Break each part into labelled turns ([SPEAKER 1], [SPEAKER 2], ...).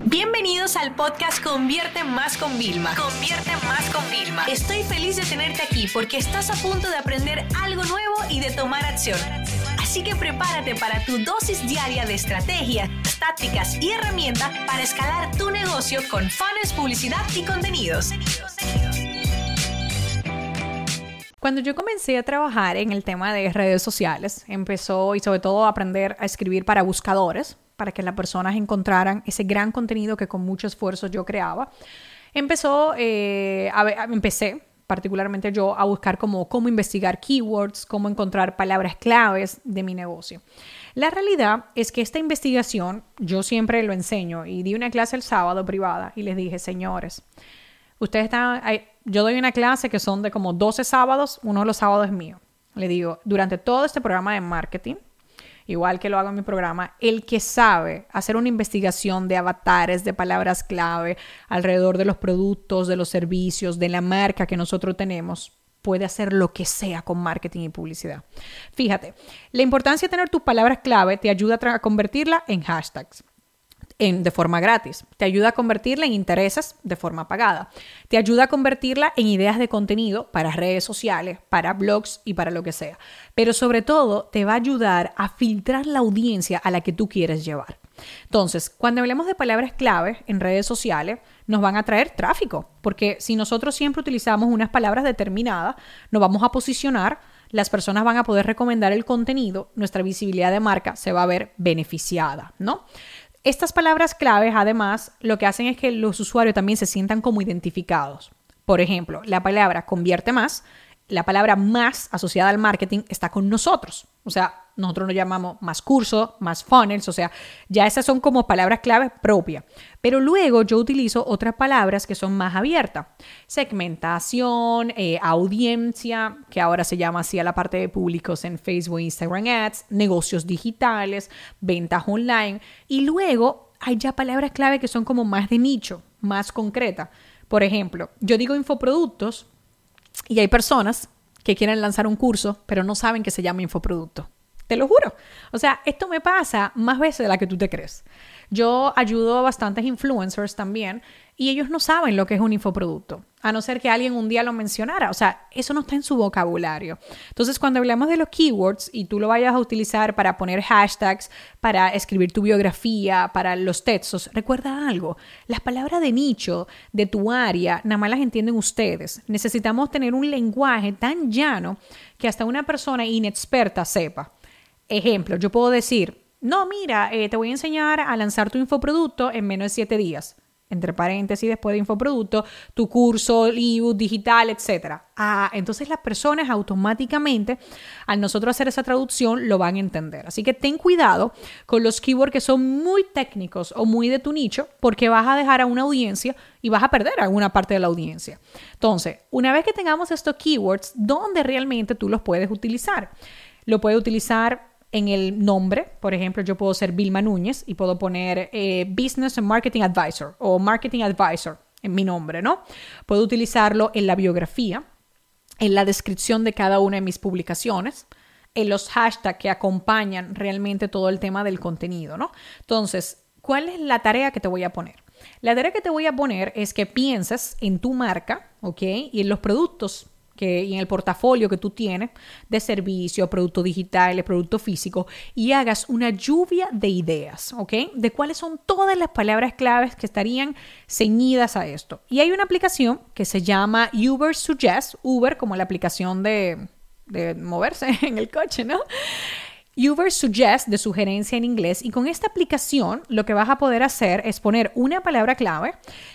[SPEAKER 1] Bienvenidos al podcast Convierte Más con Vilma. Convierte Más con Vilma. Estoy feliz de tenerte aquí porque estás a punto de aprender algo nuevo y de tomar acción. Así que prepárate para tu dosis diaria de estrategias, tácticas y herramientas para escalar tu negocio con funnels, publicidad y contenidos.
[SPEAKER 2] Cuando yo comencé a trabajar en el tema de redes sociales, empezó y sobre todo a aprender a escribir para buscadores, para que las personas encontraran ese gran contenido que con mucho esfuerzo yo creaba. Empecé particularmente yo a buscar cómo investigar keywords, cómo encontrar palabras claves de mi negocio. La realidad es que esta investigación yo siempre lo enseño y di una clase el sábado privada y les dije, señores, yo doy una clase que son de como 12 sábados, uno de los sábados es mío. Le digo, durante todo este programa de marketing, igual que lo hago en mi programa, el que sabe hacer una investigación de avatares, de palabras clave alrededor de los productos, de los servicios, de la marca que nosotros tenemos, puede hacer lo que sea con marketing y publicidad. Fíjate, la importancia de tener tus palabras clave te ayuda a convertirla en hashtags. De forma gratis. Te ayuda a convertirla en intereses de forma pagada. Te ayuda a convertirla en ideas de contenido para redes sociales, para blogs y para lo que sea. Pero sobre todo te va a ayudar a filtrar la audiencia a la que tú quieres llevar. Entonces, cuando hablemos de palabras clave en redes sociales, nos van a traer tráfico. Porque si nosotros siempre utilizamos unas palabras determinadas, nos vamos a posicionar, las personas van a poder recomendar el contenido, nuestra visibilidad de marca se va a ver beneficiada, ¿no? Estas palabras claves, además, lo que hacen es que los usuarios también se sientan como identificados. Por ejemplo, la palabra convierte más, la palabra más asociada al marketing está con nosotros. O sea, nosotros nos llamamos más cursos, más funnels, o sea, ya esas son como palabras claves propias. Pero luego yo utilizo otras palabras que son más abiertas. Segmentación, audiencia, que ahora se llama así a la parte de públicos en Facebook e Instagram Ads, negocios digitales, ventas online. Y luego hay ya palabras clave que son como más de nicho, más concretas. Por ejemplo, yo digo infoproductos y hay personas que quieren lanzar un curso, pero no saben que se llama infoproducto. Te lo juro. O sea, esto me pasa más veces de la que tú te crees. Yo ayudo a bastantes influencers también y ellos no saben lo que es un infoproducto, a no ser que alguien un día lo mencionara. O sea, eso no está en su vocabulario. Entonces, cuando hablamos de los keywords y tú lo vayas a utilizar para poner hashtags, para escribir tu biografía, para los textos, recuerda algo. Las palabras de nicho de tu área, nada más las entienden ustedes. Necesitamos tener un lenguaje tan llano que hasta una persona inexperta sepa. Ejemplo, yo puedo decir, no, mira, te voy a enseñar a lanzar tu infoproducto en menos de 7 días. Entre paréntesis, después de infoproducto, tu curso, ebook, digital, etc. Entonces las personas automáticamente, al nosotros hacer esa traducción, lo van a entender. Así que ten cuidado con los keywords que son muy técnicos o muy de tu nicho, porque vas a dejar a una audiencia y vas a perder a alguna parte de la audiencia. Entonces, una vez que tengamos estos keywords, ¿dónde realmente tú los puedes utilizar? Lo puedes utilizar en el nombre. Por ejemplo, yo puedo ser Vilma Núñez y puedo poner Business and Marketing Advisor o Marketing Advisor en mi nombre, ¿no? Puedo utilizarlo en la biografía, en la descripción de cada una de mis publicaciones, en los hashtags que acompañan realmente todo el tema del contenido, ¿no? Entonces, ¿cuál es la tarea que te voy a poner? La tarea que te voy a poner es que pienses en tu marca, ¿ok? Y en los productos y en el portafolio que tú tienes de servicio, producto digital, producto físico, y hagas una lluvia de ideas, ¿ok? De cuáles son todas las palabras claves que estarían ceñidas a esto. Y hay una aplicación que se llama Uber Suggest, Uber como la aplicación de moverse en el coche, ¿no? Uber Suggest, de sugerencia en inglés, y con esta aplicación lo que vas a poder hacer es poner una palabra clave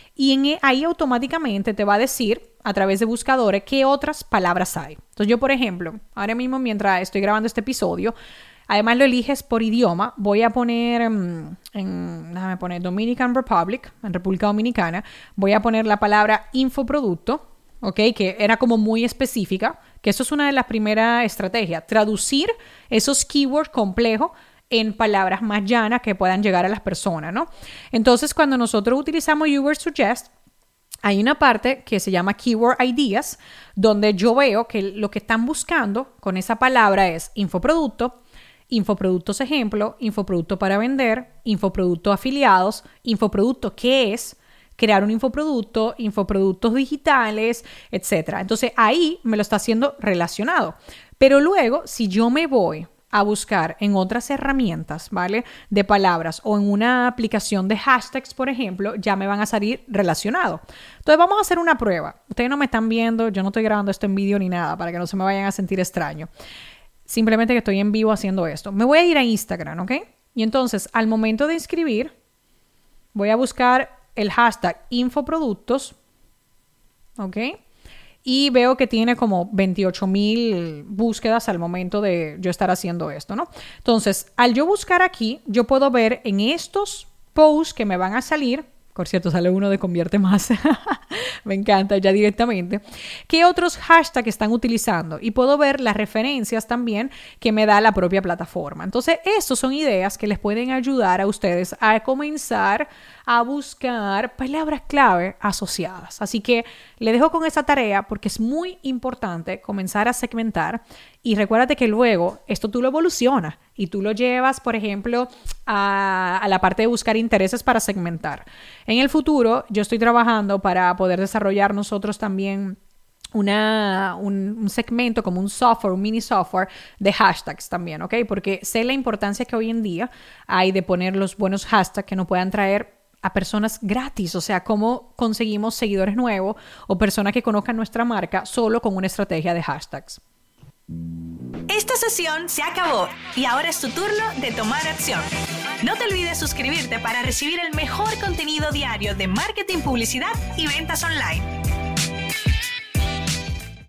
[SPEAKER 2] y ahí automáticamente te va a decir a través de buscadores qué otras palabras hay. Entonces yo, por ejemplo, ahora mismo mientras estoy grabando este episodio, además lo eliges por idioma, voy a poner déjame poner Dominican Republic, en República Dominicana, voy a poner la palabra infoproducto, ¿ok? Que era como muy específica, que eso es una de las primeras estrategias, traducir esos keywords complejos en palabras más llanas que puedan llegar a las personas, ¿no? Entonces, cuando nosotros utilizamos Uber Suggest, hay una parte que se llama Keyword Ideas, donde yo veo que lo que están buscando con esa palabra es infoproducto, Infoproductos ejemplo, infoproducto para vender, infoproducto afiliados, infoproducto qué es, crear un infoproducto, infoproductos digitales, etc. Entonces ahí me lo está haciendo relacionado. Pero luego, si yo me voy a buscar en otras herramientas, ¿vale? De palabras o en una aplicación de hashtags, por ejemplo, ya me van a salir relacionados. Entonces vamos a hacer una prueba. Ustedes no me están viendo, yo no estoy grabando esto en vídeo ni nada para que no se me vayan a sentir extraño. Simplemente que estoy en vivo haciendo esto. Me voy a ir a Instagram, ¿ok? Y entonces, al momento de inscribir, voy a buscar el hashtag infoproductos, ¿ok? Y veo que tiene como 28,000 búsquedas al momento de yo estar haciendo esto, ¿no? Entonces, al yo buscar aquí, yo puedo ver en estos posts que me van a salir, por cierto, sale uno de Convierte Más, me encanta ya directamente, qué otros hashtags están utilizando y puedo ver las referencias también que me da la propia plataforma. Entonces, estas son ideas que les pueden ayudar a ustedes a comenzar a buscar palabras clave asociadas. Así que le dejo con esa tarea porque es muy importante comenzar a segmentar y recuérdate que luego esto tú lo evolucionas y tú lo llevas, por ejemplo, a la parte de buscar intereses para segmentar. En el futuro yo estoy trabajando para poder desarrollar nosotros también un segmento como un software, un mini software de hashtags también, ¿ok? Porque sé la importancia que hoy en día hay de poner los buenos hashtags que nos puedan traer a personas gratis, o sea, cómo conseguimos seguidores nuevos o personas que conozcan nuestra marca solo con una estrategia de hashtags.
[SPEAKER 1] Esta sesión se acabó y ahora es tu turno de tomar acción. No te olvides suscribirte para recibir el mejor contenido diario de marketing, publicidad y ventas online.